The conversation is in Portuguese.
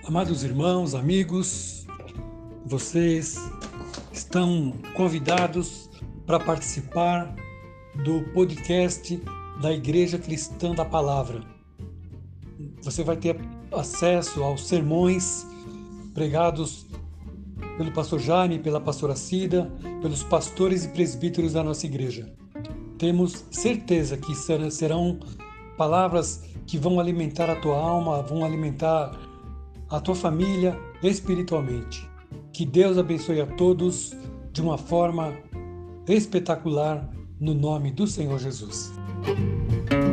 Amados irmãos, amigos, vocês estão convidados para participar do podcast da Igreja Cristã da Palavra. Você vai ter acesso aos sermões pregados pelo pastor Jaime, pela pastora Cida, pelos pastores e presbíteros da nossa igreja. Temos certeza que serão palavras que vão alimentar a tua alma, vão alimentar a tua família espiritualmente. Que Deus abençoe a todos de uma forma espetacular, no nome do Senhor Jesus.